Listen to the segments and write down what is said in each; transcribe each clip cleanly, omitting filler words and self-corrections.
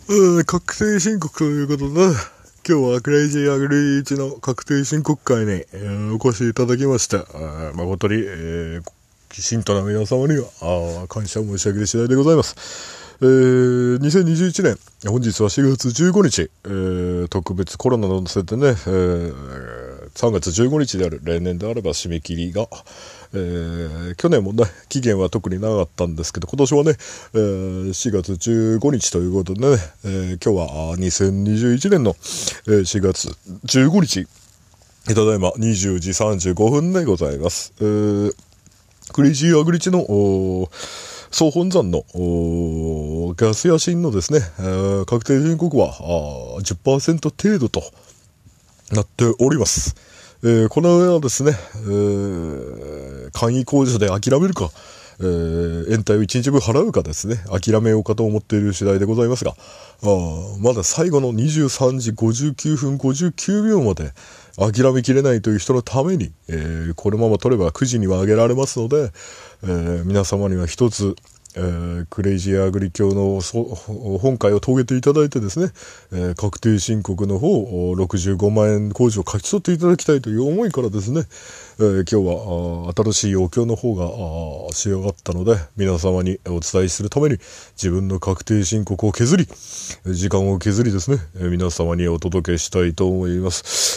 確定申告ということで、今日はクレイジーアグリー1の確定申告会に、お越しいただきまして、誠に、信徒の皆様には感謝申し上げる次第でございます。2021年、本日は4月15日、特別コロナのせてね、3月15日である例年であれば締め切りが、去年もね期限は特になかったんですけど、今年はね、4月15日ということでね、今日は2021年の、4月15日ただいま20時35分でございます。クレイジーアグリチの総本山のガスヤシンのですね、確定申告は10% 程度となっております。この上はですね、簡易控除で諦めるか、延滞を1日分払うかですね、諦めようかと思っている次第でございますが、まだ最後の23時59分59秒まで諦めきれないという人のために、このまま取れば9時には上げられますので、皆様には一つ、クレイジーアグリ教の本会を遂げていただいてですね、確定申告の方65万円控除を勝ち取っていただきたいという思いからですね、今日は新しいお経の方が仕上がったので、皆様にお伝えするために自分の確定申告を削り、時間を削りですね、皆様にお届けしたいと思います。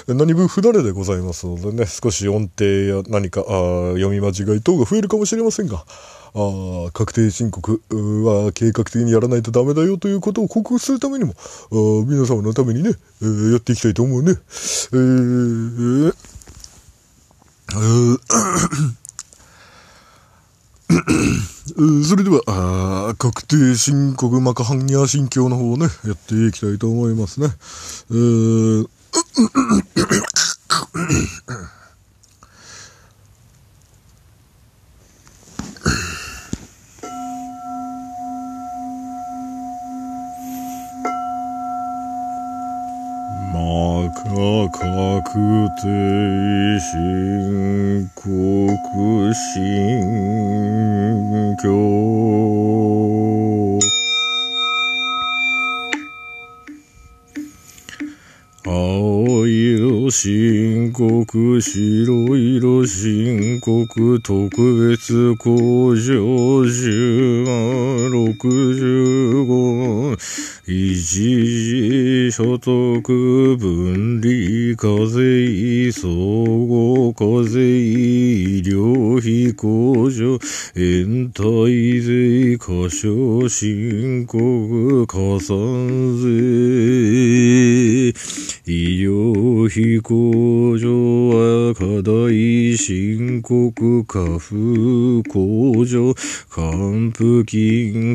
何分不慣れでございますのでね、少し音程や何か読み間違い等が増えるかもしれませんが、確定申告は計画的にやらないとダメだよということを克服するためにも、皆様のためにね、やっていきたいと思うね。それでは確定申告マカハンニャ新教の方をね、やっていきたいと思いますね。確定申告新教。青色申告、白色申告、特別控除10万65万、一時所得分離課税、総合課税、医療費控除、延滞税、過少申告、加算税、医療費控除は過大申告、過付控除、還付金、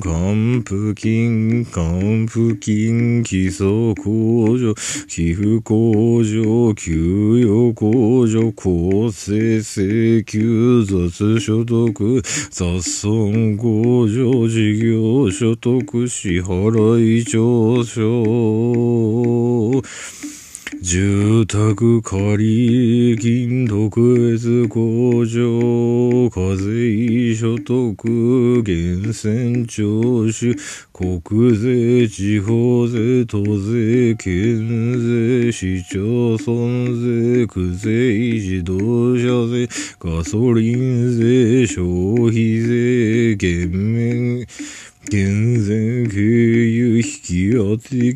基礎控除、寄付控除、給与控除、公正請求、雑所得、雑損控除、事業所得、支払い調書、住宅借金特別控除、課税所得、源泉徴収、国税、地方税、都税、県税、市町村税、区税、自動車税、ガソリン税、消費税、減税、経由、引き当て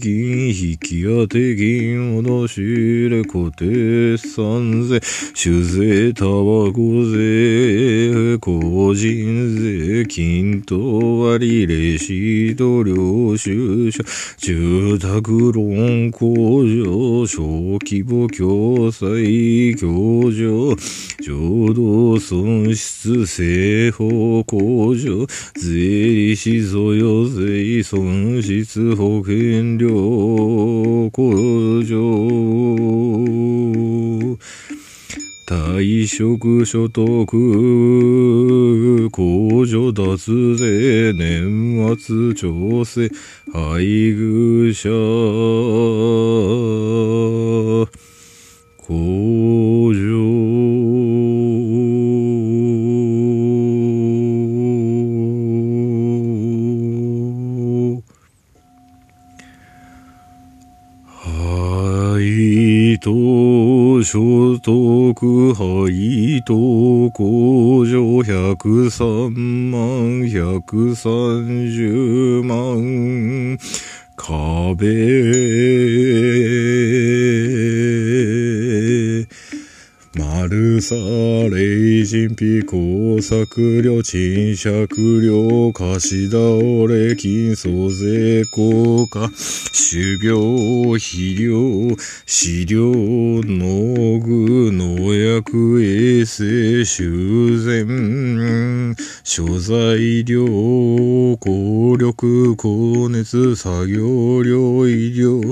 金、戻し入れ、固定資産税、酒税、タバコ税、個人税、均等割、レシート、領収書、住宅ローン控除、小規模共済共助、浄土損失、税法控除、税理士贈与税、損失保険料控除、退職所得控除、脱税、年末調整、配偶者控除、 等所得配当控除103万130万壁丸さ霊人費工作料賃借料貸し倒れ金租税効果種苗肥料飼料農具農薬衛生修繕諸材料光力光熱作業料医療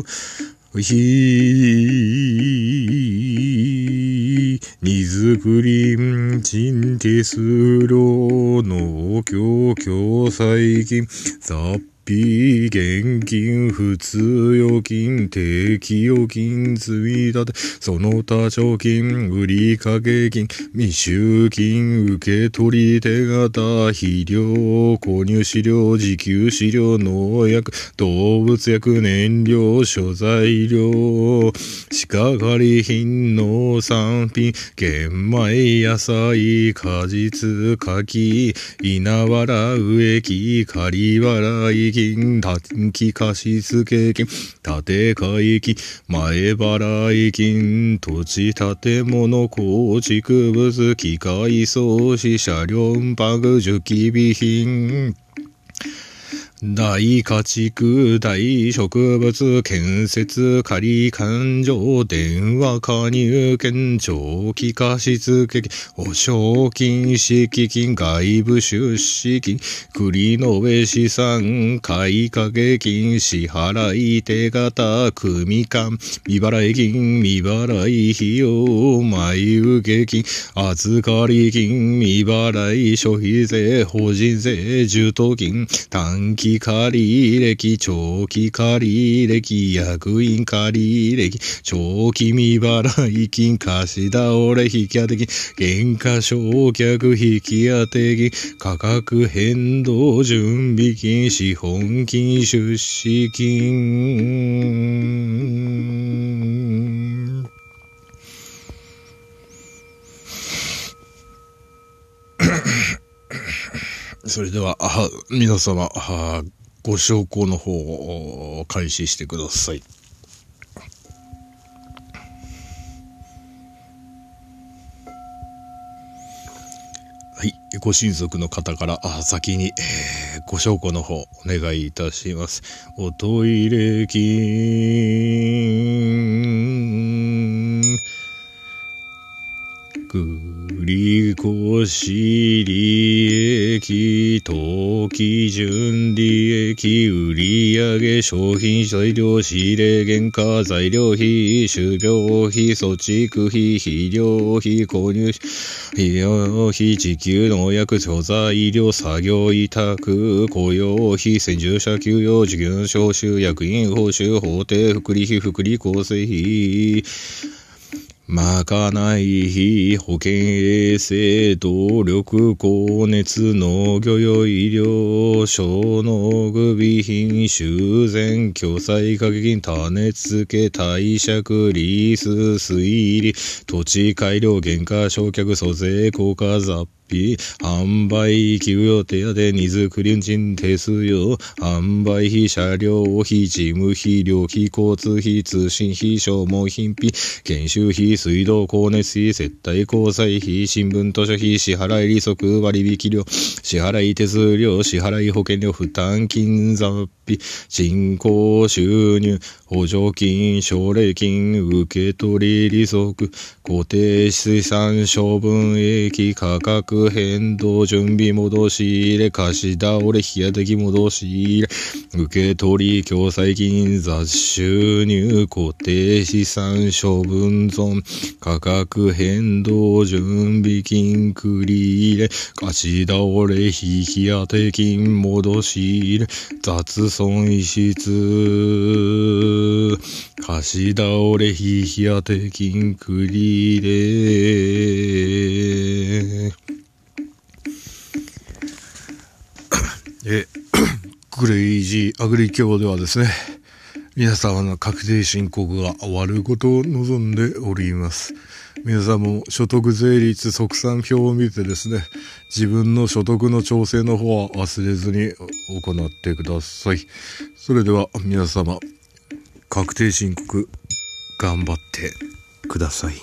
荷造り賃手数料農協共済金雑費現金普通預金定期預金積み立てその他貯金売掛金未収金受け取り手形肥料購入飼料自給飼料農薬動物薬燃料諸材料鹿狩り品農産品玄米野菜果実柿稲わら植木刈払い金短期貸付金建替金前払い金土地建物構築物機械装置車両運搬重機備品大家畜大植物建設仮勘定電話加入券長期貸付金保証金敷金外部出資金繰延資産買掛金支払い手形組間未払い金未払い費用前受金預かり金未払い消費税法人税譲渡金短期借歴長期借歴役員借歴長期未払い金貸し倒れ引き当て金減価償却引き当て金価格変動準備金資本金出資金それでは皆様ご焼香の方を開始してください。はい、ご親族の方から先に、ご焼香の方お願いいたします。おトイレ金繰越利益当期純利益売上商品材料仕入れ原価材料費種苗費貯蓄費肥料費購入肥料費自給農薬調剤料作業委託雇用費先住者給与事業招集役員報酬法定福利費福利厚生費まかない費保健衛生動力光熱農漁業医療小農具備品修繕共済掛金種付け貸借リース水利土地改良原価償却租税効果雑費販売給与手当荷造り運賃手数料販売費車両費事務費料費交通費通信費消耗品費研修費水道光熱費接待交際費新聞図書費支払い利息割引料支払い手数料支払い保険料負担金雑費人口収入補助金奨励金受け取り利息固定資産処分益価格変動準備戻し入れ貸し倒れ引き当て金戻し入れ受け取り共済金雑収入固定資産処分損価格変動準備金繰り入れ貸し倒れ引き当て金戻し入れ雑損失貸し倒れ引き当て金繰り入れクレイジーアグリ協ではですね、 皆様の確定申告が終わることを望んでおります。皆さんも所得税率測算表を見てですね、自分の所得の調整の方は忘れずに行ってください。それでは皆様、確定申告頑張ってください。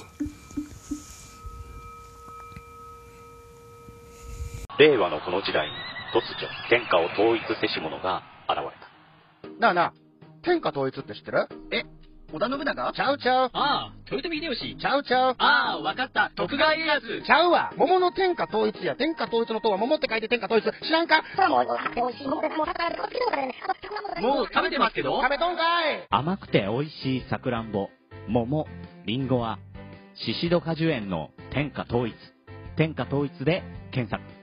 令和のこの時代に突如天下を統一せし者が現れた。 なあなあ、天下統一って知ってる？ 織田信長？ ちゃうちゃう。 ああ、豊臣秀吉。 ちゃうちゃう。 ああ、わかった。徳川家康。 ちゃうわ。桃の天下統一や。天下統一の塔は桃って書いて天下統一。知らんか？ それはもう買って美味しい桃です。もう宝で買ってくるからね。 もう食べてますけど。 食べとんかい。 甘くて美味しいさくらんぼ、桃、りんごは、シシド果樹園の天下統一。天下統一で検索。